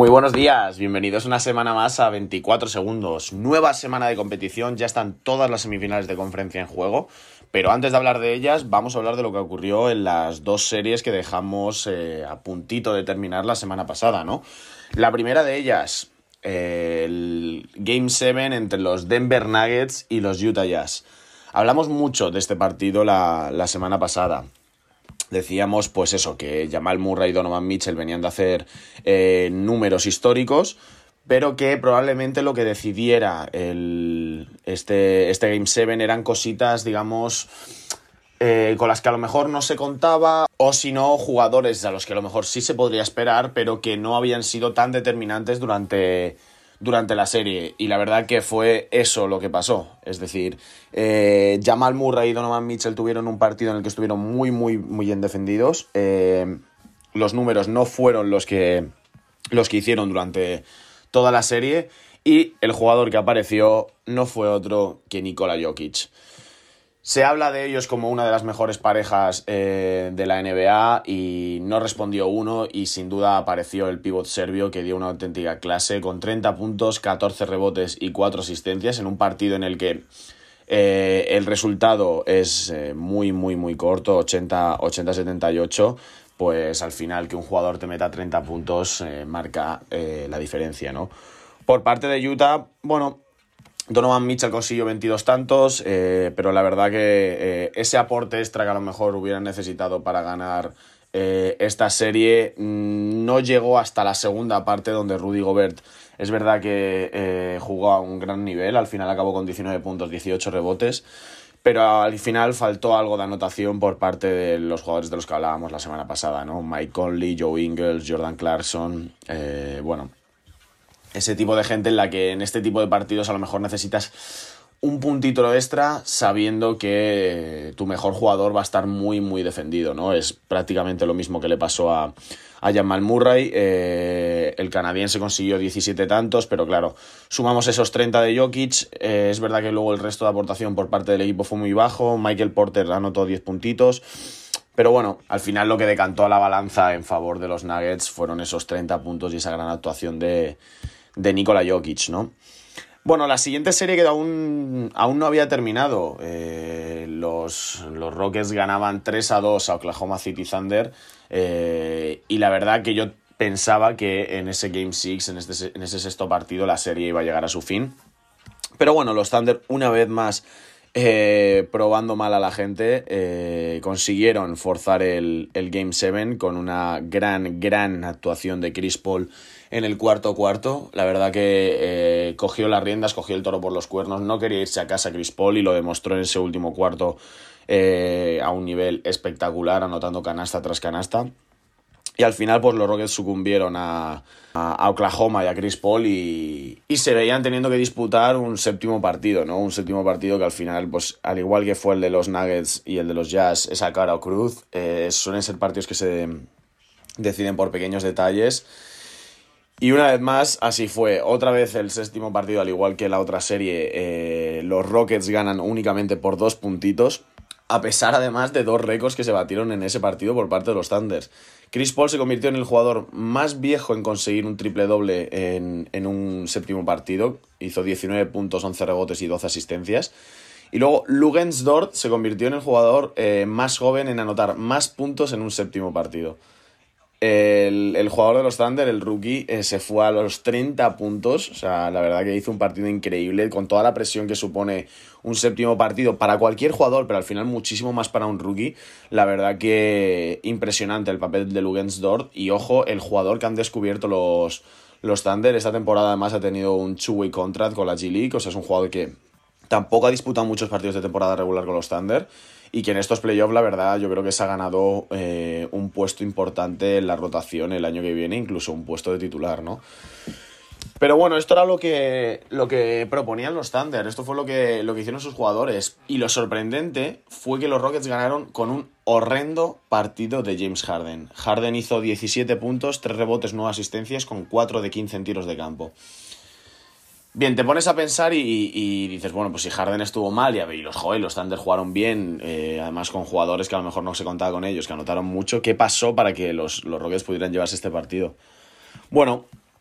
Muy buenos días, bienvenidos una semana más a 24 segundos. Nueva semana de competición, ya están todas las semifinales de conferencia en juego. Pero antes de hablar de ellas, vamos a hablar de lo que ocurrió en las dos series que dejamos a puntito de terminar la semana pasada, ¿no? La primera de ellas, el Game 7 entre los Denver Nuggets y los Utah Jazz. Hablamos mucho de este partido la semana pasada. Decíamos, pues eso, que Jamal Murray y Donovan Mitchell venían de hacer números históricos, pero que probablemente lo que decidiera este Game 7 eran cositas, digamos, con las que a lo mejor no se contaba, o si no, jugadores a los que a lo mejor sí se podría esperar, pero que no habían sido tan determinantes durante la serie. Y la verdad que fue eso lo que pasó. Es decir, Jamal Murray y Donovan Mitchell tuvieron un partido en el que estuvieron muy bien defendidos. Los números no fueron los que hicieron durante toda la serie. Y el jugador que apareció no fue otro que Nikola Jokic. Se habla de ellos como una de las mejores parejas de la NBA y no respondió uno, y sin duda apareció el pívot serbio, que dio una auténtica clase con 30 puntos, 14 rebotes y 4 asistencias en un partido en el que el resultado es muy corto, 80-78. Pues al final que un jugador te meta 30 puntos marca la diferencia, ¿no? Por parte de Utah, bueno, Donovan Mitchell consiguió 22 tantos, pero la verdad que ese aporte extra que a lo mejor hubieran necesitado para ganar esta serie no llegó hasta la segunda parte, donde Rudy Gobert es verdad que jugó a un gran nivel. Al final acabó con 19 puntos, 18 rebotes, pero al final faltó algo de anotación por parte de los jugadores de los que hablábamos la semana pasada, ¿no? Mike Conley, Joe Ingles, Jordan Clarkson, ese tipo de gente en la que en este tipo de partidos a lo mejor necesitas un puntito extra, sabiendo que tu mejor jugador va a estar muy defendido, ¿no? Es prácticamente lo mismo que le pasó a Jamal Murray. El canadiense consiguió 17 tantos, pero claro, sumamos esos 30 de Jokic. Es verdad que luego el resto de aportación por parte del equipo fue muy bajo. Michael Porter anotó 10 puntitos. Pero bueno, al final lo que decantó a la balanza en favor de los Nuggets fueron esos 30 puntos y esa gran actuación de Nikola Jokic, ¿no? Bueno, la siguiente serie que aún no había terminado. Los Rockets ganaban 3-2 a Oklahoma City Thunder, y la verdad que yo pensaba que en ese Game 6, en ese sexto partido, la serie iba a llegar a su fin. Pero bueno, los Thunder, una vez más, probando mal a la gente, consiguieron forzar el Game 7 con una gran actuación de Chris Paul en el cuarto. La verdad que cogió las riendas, cogió el toro por los cuernos, no quería irse a casa Chris Paul, y lo demostró en ese último cuarto a un nivel espectacular, anotando canasta tras canasta. Y al final pues los Rockets sucumbieron a Oklahoma y a Chris Paul, y se veían teniendo que disputar un séptimo partido, ¿no? Un séptimo partido que al final, pues al igual que fue el de los Nuggets y el de los Jazz, esa cara o cruz, suelen ser partidos que se deciden por pequeños detalles. Y una vez más, así fue. Otra vez el séptimo partido, al igual que la otra serie, los Rockets ganan únicamente por 2 puntitos, a pesar además de 2 récords que se batieron en ese partido por parte de los Thunder. Chris Paul se convirtió en el jugador más viejo en conseguir un triple-doble en un séptimo partido. Hizo 19 puntos, 11 rebotes y 12 asistencias. Y luego Luguentz Dort se convirtió en el jugador más joven en anotar más puntos en un séptimo partido. El jugador de los Thunder, el rookie, se fue a los 30 puntos. O sea, la verdad que hizo un partido increíble, con toda la presión que supone un séptimo partido para cualquier jugador, pero al final muchísimo más para un rookie. La verdad que impresionante el papel de Luguentz Dort. Y ojo, el jugador que han descubierto los Thunder esta temporada, además ha tenido un two-way contract con la G-League. O sea, es un jugador que tampoco ha disputado muchos partidos de temporada regular con los Thunder, y que en estos playoffs, la verdad, yo creo que se ha ganado un puesto importante en la rotación el año que viene, incluso un puesto de titular, ¿no? Pero bueno, esto era lo que proponían los Thunder, esto fue lo que hicieron sus jugadores, y lo sorprendente fue que los Rockets ganaron con un horrendo partido de James Harden. Harden hizo 17 puntos, 3 rebotes, 9 asistencias, con 4 de 15 en tiros de campo. Bien, te pones a pensar y dices, bueno, pues si Harden estuvo mal y los Thunder jugaron bien, además con jugadores que a lo mejor no se contaba con ellos, que anotaron mucho, ¿qué pasó para que los Rockets pudieran llevarse este partido? Bueno,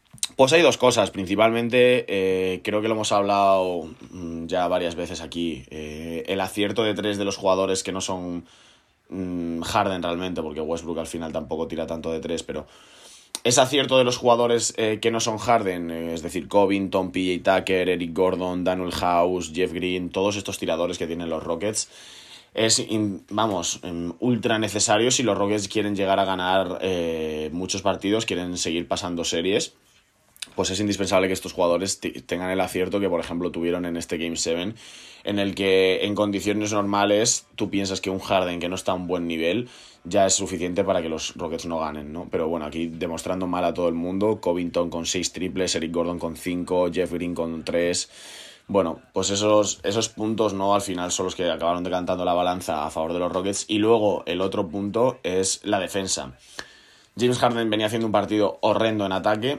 Pues hay dos cosas, principalmente, creo que lo hemos hablado ya varias veces aquí, el acierto de tres de los jugadores que no son Harden realmente, porque Westbrook al final tampoco tira tanto de tres, pero ese acierto de los jugadores que no son Harden, es decir, Covington, PJ Tucker, Eric Gordon, Daniel House, Jeff Green, todos estos tiradores que tienen los Rockets, es, ultra necesario si los Rockets quieren llegar a ganar muchos partidos, quieren seguir pasando series. Pues es indispensable que estos jugadores tengan el acierto que, por ejemplo, tuvieron en este Game 7, en el que en condiciones normales tú piensas que un Harden que no está a un buen nivel ya es suficiente para que los Rockets no ganen, ¿no? Pero bueno, aquí demostrando mal a todo el mundo, Covington con 6 triples, Eric Gordon con 5, Jeff Green con 3. Bueno, pues esos puntos, ¿no? Al final son los que acabaron decantando la balanza a favor de los Rockets. Y luego el otro punto es la defensa. James Harden venía haciendo un partido horrendo en ataque.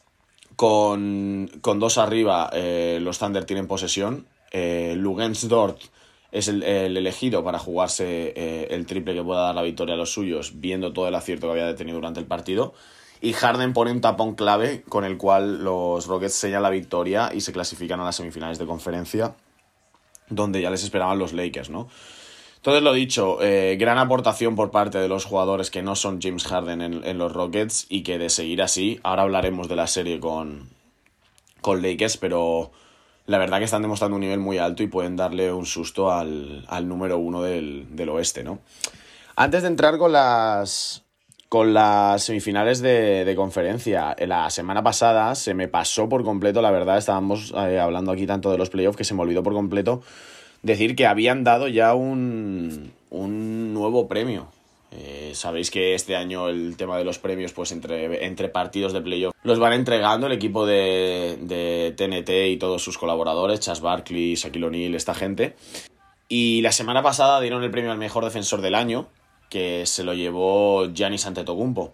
Con 2 arriba, los Thunder tienen posesión. Luguentz Dort es el elegido para jugarse el triple que pueda dar la victoria a los suyos, viendo todo el acierto que había tenido durante el partido. Y Harden pone un tapón clave con el cual los Rockets sellan la victoria y se clasifican a las semifinales de conferencia, donde ya les esperaban los Lakers, ¿no? Entonces, lo dicho, gran aportación por parte de los jugadores que no son James Harden en los Rockets, y que de seguir así, ahora hablaremos de la serie con Lakers, pero la verdad que están demostrando un nivel muy alto y pueden darle un susto al número 1 del oeste, ¿no? Antes de entrar con las semifinales de conferencia, la semana pasada se me pasó por completo, la verdad, estábamos hablando aquí tanto de los playoffs que se me olvidó por completo decir que habían dado ya un nuevo premio. Sabéis que este año el tema de los premios, pues entre partidos de playoff, los van entregando el equipo de TNT y todos sus colaboradores, Chas Barkley, Shaquille O'Neal, esta gente. Y la semana pasada dieron el premio al mejor defensor del año, que se lo llevó Giannis Antetokounmpo.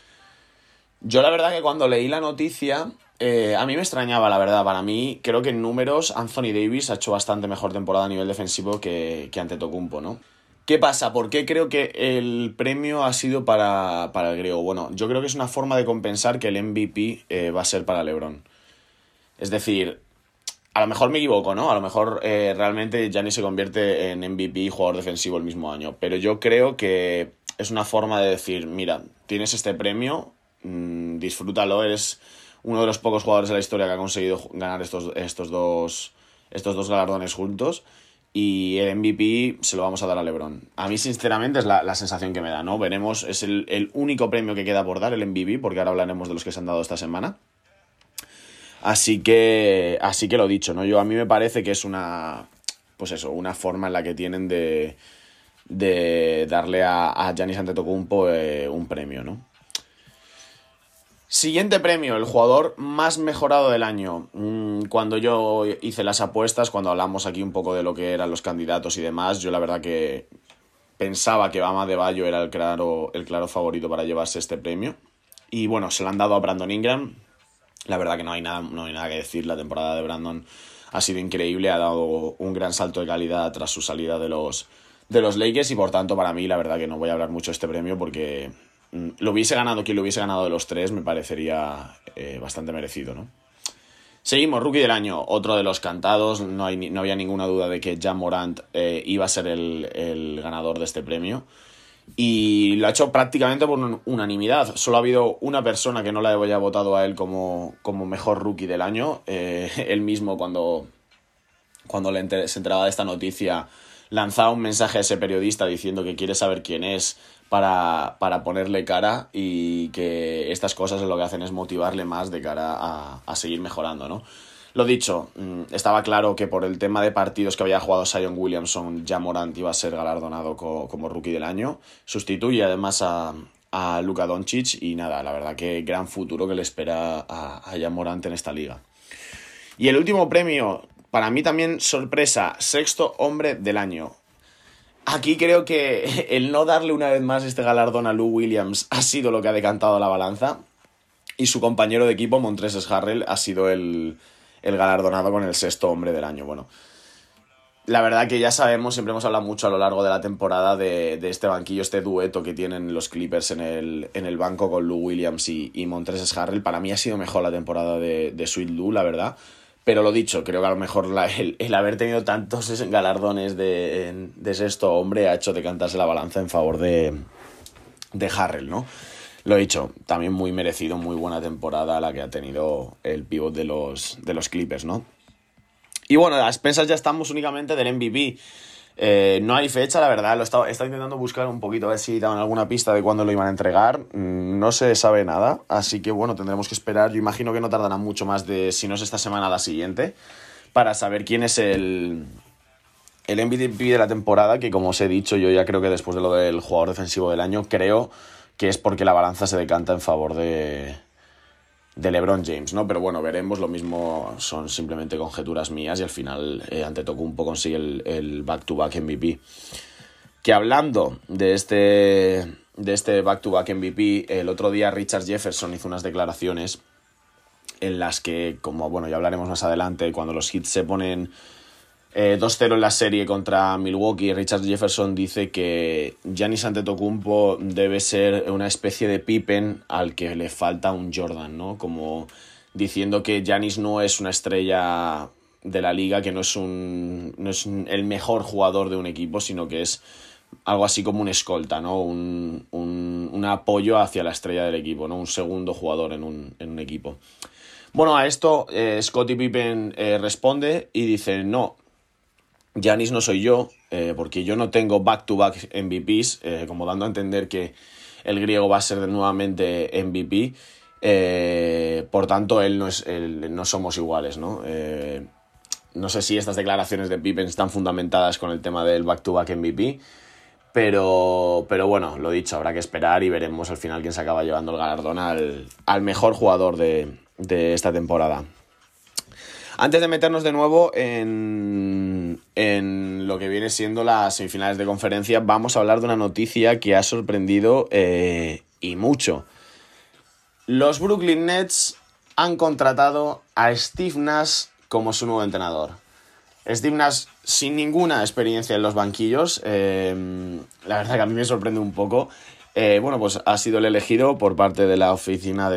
Yo la verdad que cuando leí la noticia, a mí me extrañaba, la verdad. Para mí, creo que en números Anthony Davis ha hecho bastante mejor temporada a nivel defensivo que Antetokounmpo, ¿no? ¿Qué pasa? ¿Por qué creo que el premio ha sido para el griego? Bueno, yo creo que es una forma de compensar que el MVP va a ser para LeBron. Es decir, a lo mejor me equivoco, ¿no? A lo mejor realmente Giannis se convierte en MVP y jugador defensivo el mismo año. Pero yo creo que es una forma de decir, mira, tienes este premio, disfrútalo, eres uno de los pocos jugadores de la historia que ha conseguido ganar estos dos galardones juntos, y el MVP se lo vamos a dar a LeBron. A mí, sinceramente, es la sensación que me da, ¿no? Veremos, es el único premio que queda por dar, el MVP, porque ahora hablaremos de los que se han dado esta semana. Así que lo dicho, ¿no? A mí me parece que es una forma en la que tienen de darle a Giannis Antetokounmpo un premio, ¿no? Siguiente premio, el jugador más mejorado del año. Cuando yo hice las apuestas, cuando hablamos aquí un poco de lo que eran los candidatos y demás, yo la verdad que pensaba que Bam Adebayo era el claro favorito para llevarse este premio. Y bueno, se lo han dado a Brandon Ingram. La verdad que no hay nada que decir. La temporada de Brandon ha sido increíble, ha dado un gran salto de calidad tras su salida de los Lakers, y por tanto, para mí, la verdad que no voy a hablar mucho de este premio, porque lo hubiese ganado quien lo hubiese ganado de los tres, me parecería bastante merecido, ¿no? Seguimos, Rookie del Año, otro de los cantados. No había ninguna duda de que Ja Morant iba a ser el ganador de este premio, y lo ha hecho prácticamente por unanimidad. Solo ha habido una persona que no le haya votado a él como mejor Rookie del Año. Él mismo, cuando se enteraba de esta noticia, lanzaba un mensaje a ese periodista diciendo que quiere saber quién es para ponerle cara, y que estas cosas lo que hacen es motivarle más de cara a seguir mejorando, ¿no? Lo dicho, estaba claro que por el tema de partidos que había jugado Zion Williamson, Ja Morant iba a ser galardonado como Rookie del Año. Sustituye además a Luka Doncic, y nada, la verdad que gran futuro que le espera a Ja Morant en esta liga. Y el último premio, para mí también sorpresa, sexto hombre del año. Aquí creo que el no darle una vez más este galardón a Lou Williams ha sido lo que ha decantado la balanza, y su compañero de equipo, Montrezl Harrell, ha sido el galardonado con el sexto hombre del año. Bueno, la verdad que ya sabemos, siempre hemos hablado mucho a lo largo de la temporada de este banquillo, este dueto que tienen los Clippers en el banco con Lou Williams y Montrezl Harrell. Para mí ha sido mejor la temporada de Sweet Lou, la verdad. Pero lo dicho, creo que a lo mejor el haber tenido tantos galardones de sexto hombre ha hecho decantarse la balanza en favor de Harrell, ¿no? Lo he dicho, también muy merecido, muy buena temporada la que ha tenido el pívot de los Clippers, ¿no? Y bueno, a las expensas ya estamos únicamente del MVP. No hay fecha, la verdad, he estado intentando buscar un poquito a ver si daban alguna pista de cuándo lo iban a entregar. No se sabe nada, así que bueno, tendremos que esperar. Yo imagino que no tardará mucho más de, si no es esta semana, la siguiente, para saber quién es el MVP de la temporada, que como os he dicho, yo ya creo que después de lo del jugador defensivo del año, creo que es porque la balanza se decanta en favor de LeBron James, ¿no? Pero bueno, veremos, lo mismo son simplemente conjeturas mías y al final Antetokounmpo consigue el back-to-back MVP. Que hablando de este back-to-back MVP, el otro día Richard Jefferson hizo unas declaraciones en las que, como bueno, ya hablaremos más adelante, cuando los Heat se ponen 2-0 en la serie contra Milwaukee, Richard Jefferson dice que Giannis Antetokounmpo debe ser una especie de Pippen al que le falta un Jordan, ¿no? Como diciendo que Giannis no es una estrella de la liga, que no es el mejor jugador de un equipo, sino que es algo así como un escolta, ¿no? Un apoyo hacia la estrella del equipo, ¿no? Un segundo jugador en un equipo. Bueno, a esto Scottie Pippen responde y dice, no, Giannis no soy yo, porque yo no tengo back-to-back MVPs, como dando a entender que el griego va a ser nuevamente MVP, por tanto no somos iguales, ¿no? No sé si estas declaraciones de Pippen están fundamentadas con el tema del back-to-back MVP, pero bueno, lo dicho, habrá que esperar y veremos al final quién se acaba llevando el galardón al mejor jugador de esta temporada. Antes de meternos de nuevo en lo que viene siendo las semifinales de conferencia, vamos a hablar de una noticia que ha sorprendido y mucho. Los Brooklyn Nets han contratado a Steve Nash como su nuevo entrenador. Steve Nash sin ninguna experiencia en los banquillos, la verdad que a mí me sorprende un poco. Bueno, pues ha sido el elegido por parte de la oficina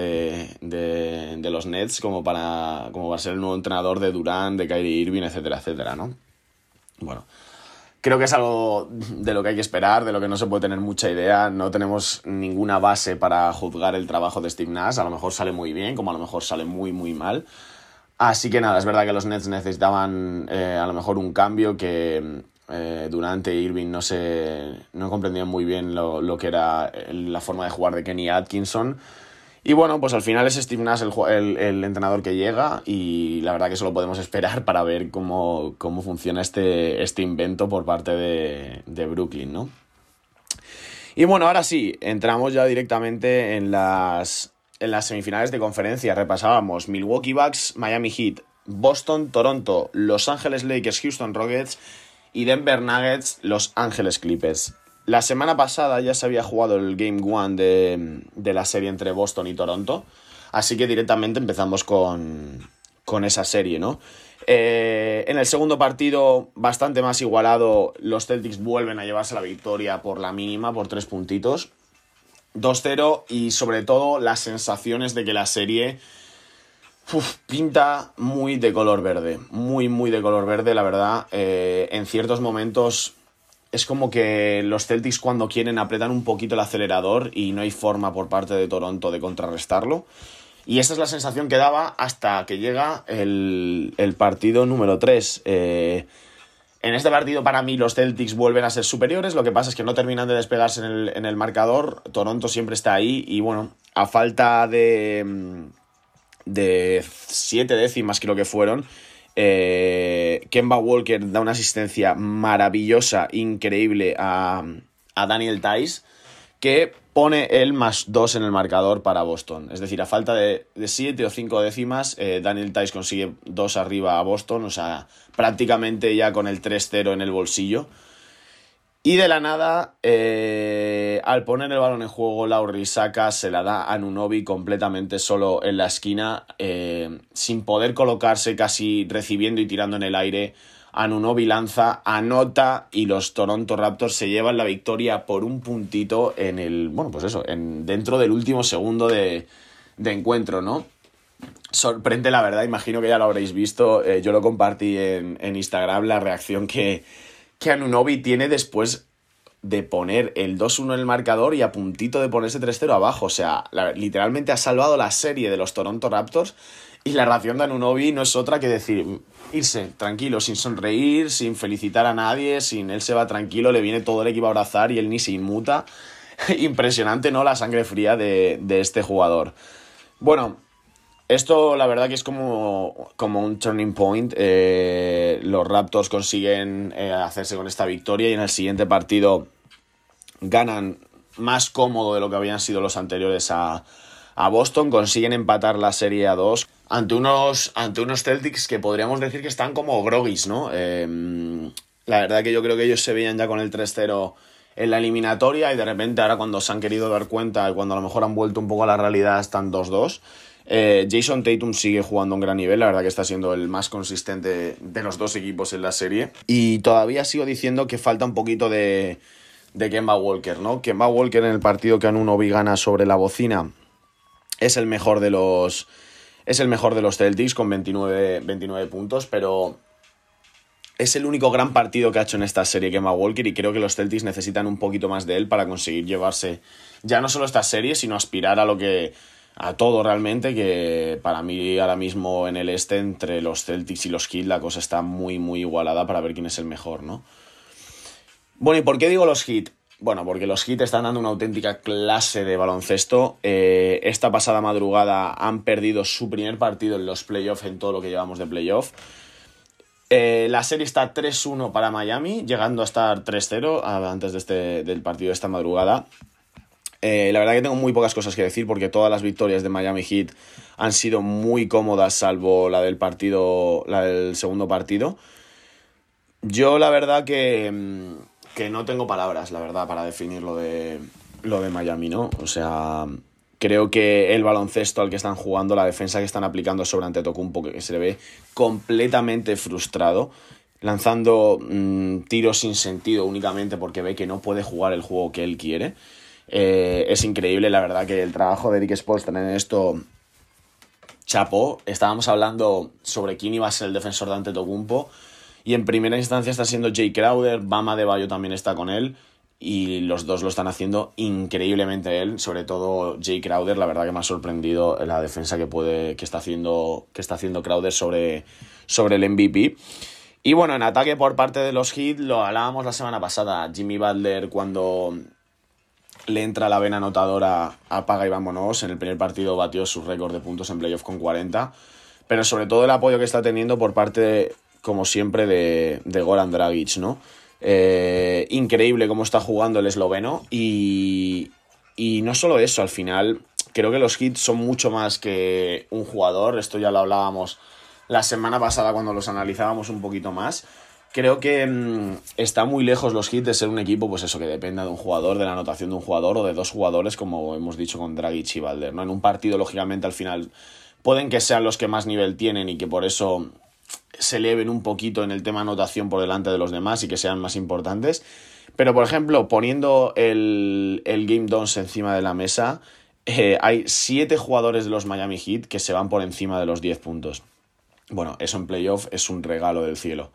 de los Nets como va a ser el nuevo entrenador de Durant, de Kyrie Irving, etcétera, etcétera, ¿no? Bueno, creo que es algo de lo que hay que esperar, de lo que no se puede tener mucha idea. No tenemos ninguna base para juzgar el trabajo de Steve Nash. A lo mejor sale muy bien, como a lo mejor sale muy, muy mal. Así que nada, es verdad que los Nets necesitaban a lo mejor un cambio que Durant e Irving no comprendían muy bien lo que era la forma de jugar de Kenny Atkinson. Y bueno, pues al final es Steve Nash el entrenador que llega y la verdad que solo podemos esperar para ver cómo funciona este invento por parte de Brooklyn, ¿no? Y bueno, ahora sí, entramos ya directamente en las semifinales de conferencia. Repasábamos Milwaukee Bucks, Miami Heat, Boston, Toronto, Los Angeles Lakers, Houston Rockets y Denver Nuggets, Los Angeles Clippers. La semana pasada ya se había jugado el Game 1 de la serie entre Boston y Toronto, así que directamente empezamos con esa serie, ¿no? En el segundo partido, bastante más igualado, los Celtics vuelven a llevarse la victoria por la mínima, por 3 puntitos. 2-0 y sobre todo las sensaciones de que la serie pinta muy de color verde, muy muy de color verde, la verdad. En ciertos momentos es como que los Celtics cuando quieren apretan un poquito el acelerador y no hay forma por parte de Toronto de contrarrestarlo. Y esa es la sensación que daba hasta que llega el partido número 3. En este partido, para mí, los Celtics vuelven a ser superiores. Lo que pasa es que no terminan de despegarse en el marcador. Toronto siempre está ahí. Y bueno, a falta de 7 décimas, creo que fueron, Kemba Walker da una asistencia maravillosa, increíble a Daniel Theis, que pone el +2 en el marcador para Boston. Es decir, a falta de 7 o 5 décimas, Daniel Theis consigue 2 arriba a Boston, o sea, prácticamente ya con el 3-0 en el bolsillo. Y de la nada, al poner el balón en juego, Lauri saca, se la da a Anunoby completamente solo en la esquina, sin poder colocarse, casi recibiendo y tirando en el aire Anunoby lanza, anota y los Toronto Raptors se llevan la victoria por un puntito dentro del último segundo de encuentro, ¿no? Sorprende, la verdad, imagino que ya lo habréis visto. Yo lo compartí en Instagram, la reacción que Anunoby tiene después de poner el 2-1 en el marcador y a puntito de ponerse 3-0 abajo. O sea, literalmente ha salvado la serie de los Toronto Raptors. Y la reacción de Anunoby no es otra que decir, irse tranquilo, sin sonreír, sin felicitar a nadie, él se va tranquilo, le viene todo el equipo a abrazar y él ni se inmuta. Impresionante, ¿no? La sangre fría de este jugador. Bueno, esto la verdad que es como un turning point. Los Raptors consiguen hacerse con esta victoria y en el siguiente partido ganan más cómodo de lo que habían sido los anteriores a Boston. Consiguen empatar la serie a 2 ante unos Celtics que podríamos decir que están como groggies, ¿no? La verdad que yo creo que ellos se veían ya con el 3-0 en la eliminatoria y de repente ahora cuando se han querido dar cuenta y cuando a lo mejor han vuelto un poco a la realidad están 2-2. Jason Tatum sigue jugando a un gran nivel, la verdad que está siendo el más consistente de los dos equipos en la serie. Y todavía sigo diciendo que falta un poquito de Kemba Walker, ¿no? Kemba Walker en el partido que Anunoby gana sobre la bocina es el mejor de los Celtics con 29 puntos, pero es el único gran partido que ha hecho en esta serie Kemba Walker y creo que los Celtics necesitan un poquito más de él para conseguir llevarse ya no solo esta serie, sino aspirar a todo realmente, que para mí ahora mismo en el este entre los Celtics y los Heat la cosa está muy muy igualada para ver quién es el mejor, ¿no? Bueno, ¿y por qué digo los Heat? Bueno, porque los Heat están dando una auténtica clase de baloncesto. Esta pasada madrugada han perdido su primer partido en los playoffs en todo lo que llevamos de playoff. La serie está 3-1 para Miami, llegando a estar 3-0 antes del partido de esta madrugada. La verdad que tengo muy pocas cosas que decir porque todas las victorias de Miami Heat han sido muy cómodas, salvo la del segundo partido. Yo la verdad que no tengo palabras, la verdad, para definir lo de Miami, ¿no? O sea, creo que el baloncesto al que están jugando, la defensa que están aplicando sobre Antetokounmpo, que se le ve completamente frustrado, lanzando tiros sin sentido únicamente porque ve que no puede jugar el juego que él quiere. Es increíble, la verdad, que el trabajo de Eric Spoelstra en esto chapó. Estábamos hablando sobre quién iba a ser el defensor de Antetokounmpo y en primera instancia está siendo Jay Crowder, Bam Adebayo también está con él y los dos lo están haciendo increíblemente él, sobre todo Jay Crowder. La verdad que me ha sorprendido la defensa que está haciendo Crowder sobre el MVP. Y bueno, en ataque por parte de los Heat lo hablábamos la semana pasada. Jimmy Butler, cuando le entra la vena anotadora, apaga y vámonos. En el primer partido batió su récord de puntos en playoff con 40, pero sobre todo el apoyo que está teniendo por parte, como siempre, de Goran Dragic, ¿no? Increíble cómo está jugando el esloveno y no solo eso, al final creo que los Heat son mucho más que un jugador. Esto ya lo hablábamos la semana pasada cuando los analizábamos un poquito más. Creo que está muy lejos los Heat de ser un equipo, pues eso, que dependa de un jugador, de la anotación de un jugador o de dos jugadores, como hemos dicho con Dragic y Butler, ¿no? En un partido, lógicamente, al final pueden que sean los que más nivel tienen y que por eso se eleven un poquito en el tema anotación por delante de los demás y que sean más importantes. Pero, por ejemplo, poniendo el Game Downs encima de la mesa, hay 7 jugadores de los Miami Heat que se van por encima de los 10 puntos. Bueno, eso en playoff es un regalo del cielo.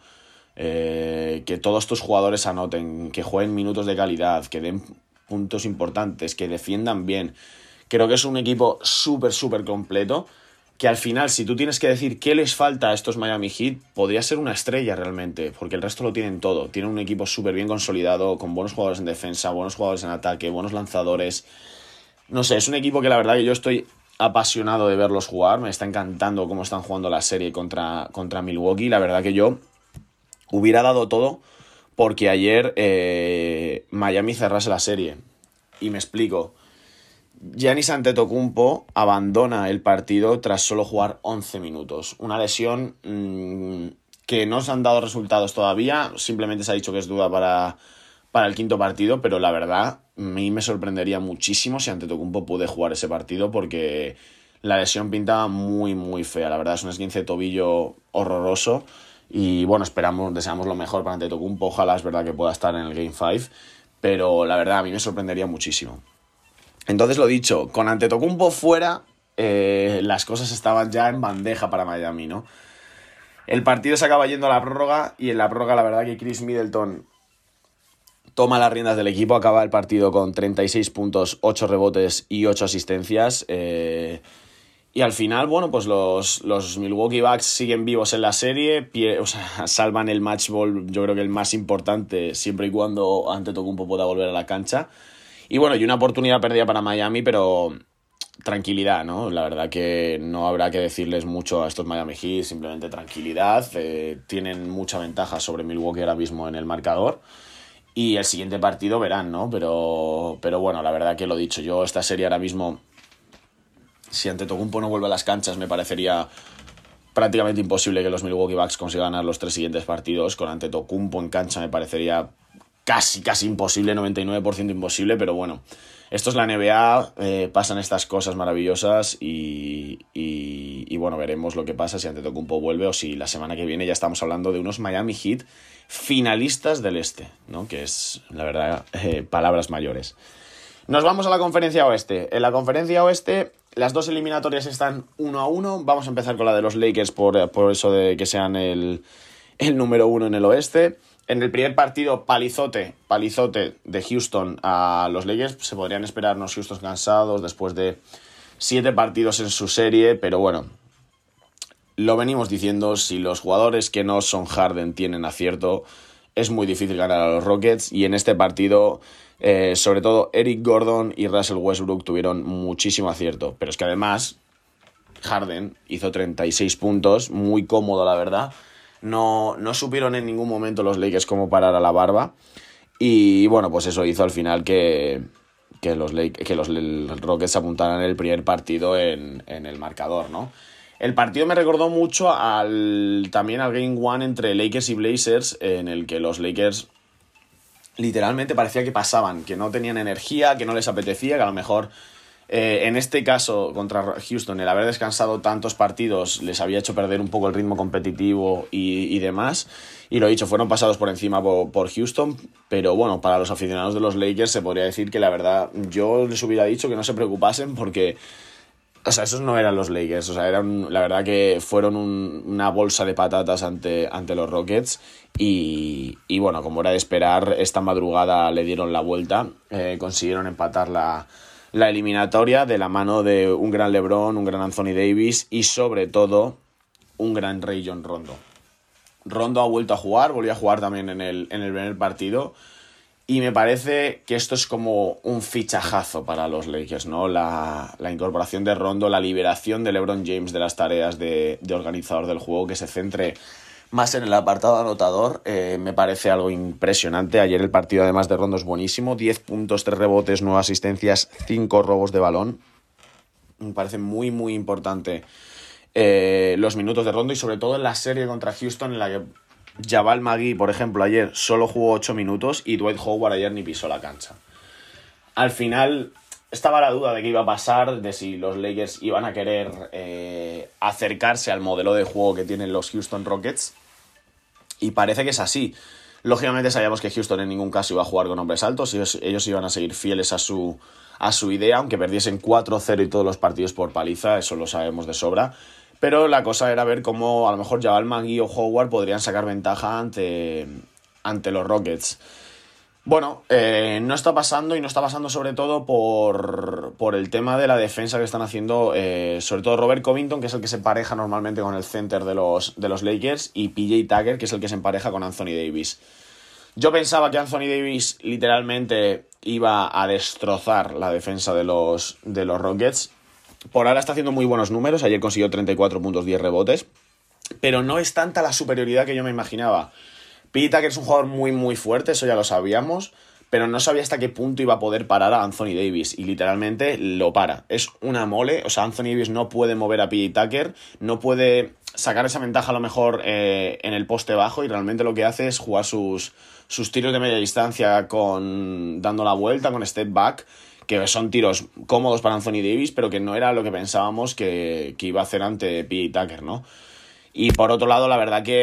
Que todos tus jugadores anoten, que jueguen minutos de calidad, que den puntos importantes, que defiendan bien. Creo que es un equipo súper, súper completo, que al final, si tú tienes que decir qué les falta a estos Miami Heat, podría ser una estrella realmente, porque el resto lo tienen todo. Tienen un equipo súper bien consolidado, con buenos jugadores en defensa, buenos jugadores en ataque, buenos lanzadores. No sé, es un equipo que la verdad que yo estoy apasionado de verlos jugar. Me está encantando cómo están jugando la serie contra Milwaukee. La verdad que yo hubiera dado todo porque ayer Miami cerrase la serie. Y me explico. Giannis Antetokounmpo abandona el partido tras solo jugar 11 minutos. Una lesión que no se han dado resultados todavía. Simplemente se ha dicho que es duda para el quinto partido, pero la verdad, a mí me sorprendería muchísimo si Antetokounmpo puede jugar ese partido porque la lesión pintaba muy, muy fea. La verdad es un esguince de tobillo horroroso. Y bueno, deseamos lo mejor para Antetokounmpo. Ojalá es verdad que pueda estar en el Game 5, pero la verdad a mí me sorprendería muchísimo. Entonces, lo dicho, con Antetokounmpo fuera, las cosas estaban ya en bandeja para Miami, ¿no? El partido se acaba yendo a la prórroga y en la prórroga la verdad que Chris Middleton toma las riendas del equipo, acaba el partido con 36 puntos, 8 rebotes y 8 asistencias. Y al final, bueno, pues los Milwaukee Bucks siguen vivos en la serie, salvan el match ball, yo creo que el más importante, siempre y cuando Antetokounmpo pueda volver a la cancha. Y bueno, y una oportunidad perdida para Miami, pero tranquilidad, ¿no? La verdad que no habrá que decirles mucho a estos Miami Heat, simplemente tranquilidad. Tienen mucha ventaja sobre Milwaukee ahora mismo en el marcador. Y el siguiente partido verán, ¿no? Pero bueno, la verdad que lo dicho, yo esta serie ahora mismo, si Antetokounmpo no vuelve a las canchas, me parecería prácticamente imposible que los Milwaukee Bucks consigan ganar los 3 siguientes partidos. Con Antetokounmpo en cancha me parecería casi imposible, 99% imposible, pero bueno, esto es la NBA, pasan estas cosas maravillosas y bueno, veremos lo que pasa si Antetokounmpo vuelve o si la semana que viene ya estamos hablando de unos Miami Heat finalistas del Este, ¿no? Que es, la verdad, palabras mayores. Nos vamos a la conferencia oeste. En la conferencia oeste las dos eliminatorias están 1-1. Vamos a empezar con la de los Lakers por eso de que sean el número 1 en el oeste. En el primer partido, palizote de Houston a los Lakers. Se podrían esperar unos Houston cansados después de 7 partidos en su serie, pero bueno, lo venimos diciendo, si los jugadores que no son Harden tienen acierto, es muy difícil ganar a los Rockets, y en este partido, sobre todo Eric Gordon y Russell Westbrook tuvieron muchísimo acierto, pero es que además Harden hizo 36 puntos, muy cómodo la verdad. No supieron en ningún momento los Lakers cómo parar a la barba. Y bueno, pues eso hizo al final que los Rockets apuntaran el primer partido en el marcador, ¿no? El partido me recordó mucho también al Game 1 entre Lakers y Blazers, en el que los Lakers literalmente parecía que pasaban, que no tenían energía, que no les apetecía, que a lo mejor en este caso contra Houston el haber descansado tantos partidos les había hecho perder un poco el ritmo competitivo y demás, y lo dicho, fueron pasados por encima por Houston, pero bueno, para los aficionados de los Lakers se podría decir que la verdad yo les hubiera dicho que no se preocupasen porque, o sea, esos no eran los Lakers, o sea, la verdad que fueron una bolsa de patatas ante los Rockets y bueno, como era de esperar, esta madrugada le dieron la vuelta, consiguieron empatar la eliminatoria de la mano de un gran LeBron, un gran Anthony Davis y sobre todo un gran Rajon Rondo. Rondo ha vuelto a jugar, volvió a jugar también en el primer partido y me parece que esto es como un fichajazo para los Lakers, ¿no? La incorporación de Rondo, la liberación de LeBron James de las tareas de organizador del juego, que se centre más en el apartado anotador, me parece algo impresionante. Ayer el partido además de Rondo es buenísimo, 10 puntos, 3 rebotes, 9 asistencias, 5 robos de balón. Me parece muy muy importante los minutos de Rondo y sobre todo en la serie contra Houston en la que Jamal McGee, por ejemplo, ayer solo jugó 8 minutos y Dwight Howard ayer ni pisó la cancha. Al final estaba la duda de qué iba a pasar, de si los Lakers iban a querer acercarse al modelo de juego que tienen los Houston Rockets, y parece que es así. Lógicamente sabíamos que Houston en ningún caso iba a jugar con hombres altos, ellos iban a seguir fieles a su idea, aunque perdiesen 4-0 y todos los partidos por paliza, eso lo sabemos de sobra. Pero la cosa era ver cómo a lo mejor Jamal McGee o Howard podrían sacar ventaja ante los Rockets. Bueno, no está pasando, y no está pasando sobre todo por el tema de la defensa que están haciendo, sobre todo Robert Covington, que es el que se empareja normalmente con el center de los Lakers, y PJ Tucker, que es el que se empareja con Anthony Davis. Yo pensaba que Anthony Davis literalmente iba a destrozar la defensa de los Rockets. Por ahora está haciendo muy buenos números, ayer consiguió 34 puntos, 10 rebotes, pero no es tanta la superioridad que yo me imaginaba. PJ Tucker es un jugador muy muy fuerte, eso ya lo sabíamos, pero no sabía hasta qué punto iba a poder parar a Anthony Davis, y literalmente lo para. Es una mole, o sea, Anthony Davis no puede mover a PJ Tucker, no puede sacar esa ventaja a lo mejor en el poste bajo, y realmente lo que hace es jugar sus tiros de media distancia dando la vuelta, con step back, que son tiros cómodos para Anthony Davis, pero que no era lo que pensábamos que iba a hacer ante PJ Tucker, ¿no? Y por otro lado, la verdad que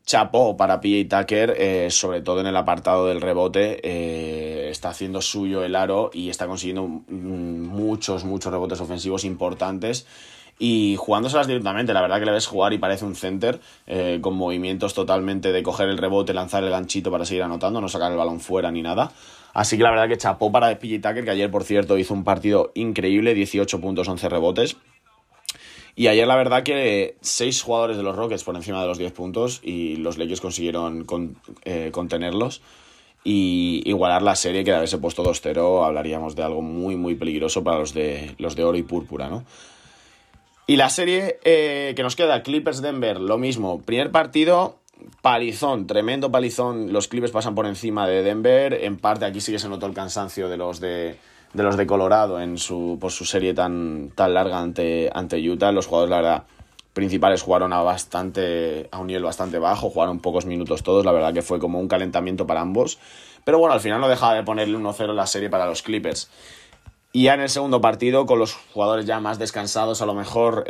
chapó para PJ Tucker, sobre todo en el apartado del rebote. Está haciendo suyo el aro y está consiguiendo muchos rebotes ofensivos importantes y jugándoselas directamente. La verdad que le ves jugar y parece un center, con movimientos totalmente de coger el rebote, lanzar el ganchito para seguir anotando, no sacar el balón fuera ni nada. Así que la verdad que chapó para PJ Tucker, que ayer, por cierto, hizo un partido increíble, 18 puntos, 11 rebotes. Y ayer la verdad que 6 jugadores de los Rockets por encima de los 10 puntos y los Lakers consiguieron contenerlos y igualar la serie, que de haberse puesto 2-0 hablaríamos de algo muy peligroso para los de oro y púrpura, ¿no? Y la serie que nos queda, Clippers-Denver, lo mismo. Primer partido, palizón, tremendo palizón. Los Clippers pasan por encima de Denver. En parte aquí sí que se notó el cansancio de los de Colorado por su serie tan larga ante Utah. Los jugadores, la verdad, principales jugaron a un nivel bastante bajo, jugaron pocos minutos todos. La verdad que fue como un calentamiento para ambos. Pero bueno, al final no dejaba de ponerle 1-0 en la serie para los Clippers. Y ya en el segundo partido, con los jugadores ya más descansados, a lo mejor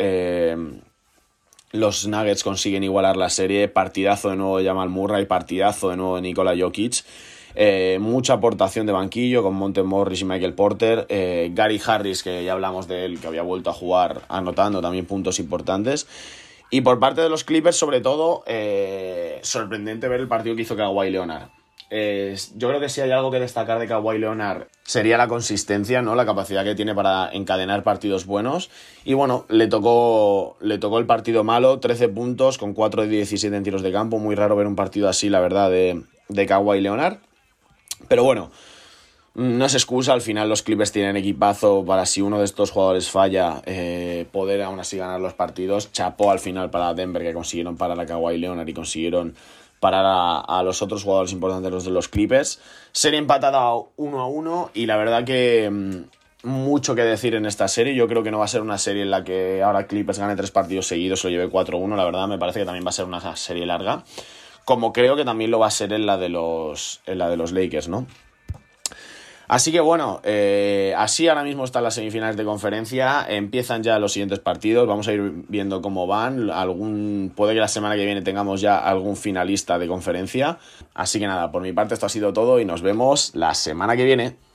los Nuggets consiguen igualar la serie. Partidazo de nuevo de Jamal Murray, partidazo de nuevo de Nikola Jokic. Mucha aportación de banquillo con Monte Morris y Michael Porter. Gary Harris, que ya hablamos de él, que había vuelto a jugar anotando también puntos importantes. Y por parte de los Clippers, sobre todo, sorprendente ver el partido que hizo Kawhi Leonard. Yo creo que si hay algo que destacar de Kawhi Leonard sería la consistencia, ¿no? La capacidad que tiene para encadenar partidos buenos. Y bueno, le tocó el partido malo, 13 puntos con 4 de 17 en tiros de campo. Muy raro ver un partido así, la verdad, de Kawhi Leonard. Pero bueno, no es excusa. Al final los Clippers tienen equipazo para, si uno de estos jugadores falla, poder aún así ganar los partidos. Chapó al final para Denver, que consiguieron parar a Kawhi Leonard y consiguieron parar a los otros jugadores importantes, los de los Clippers. Serie empatada 1-1 y la verdad que mucho que decir en esta serie. Yo creo que no va a ser una serie en la que ahora Clippers gane 3 partidos seguidos o lleve 4-1. La verdad me parece que también va a ser una serie larga, como creo que también lo va a ser en la de los Lakers, ¿no? Así que bueno, así ahora mismo están las semifinales de conferencia. Empiezan ya los siguientes partidos. Vamos a ir viendo cómo van. Puede que la semana que viene tengamos ya algún finalista de conferencia. Así que nada, por mi parte esto ha sido todo y nos vemos la semana que viene.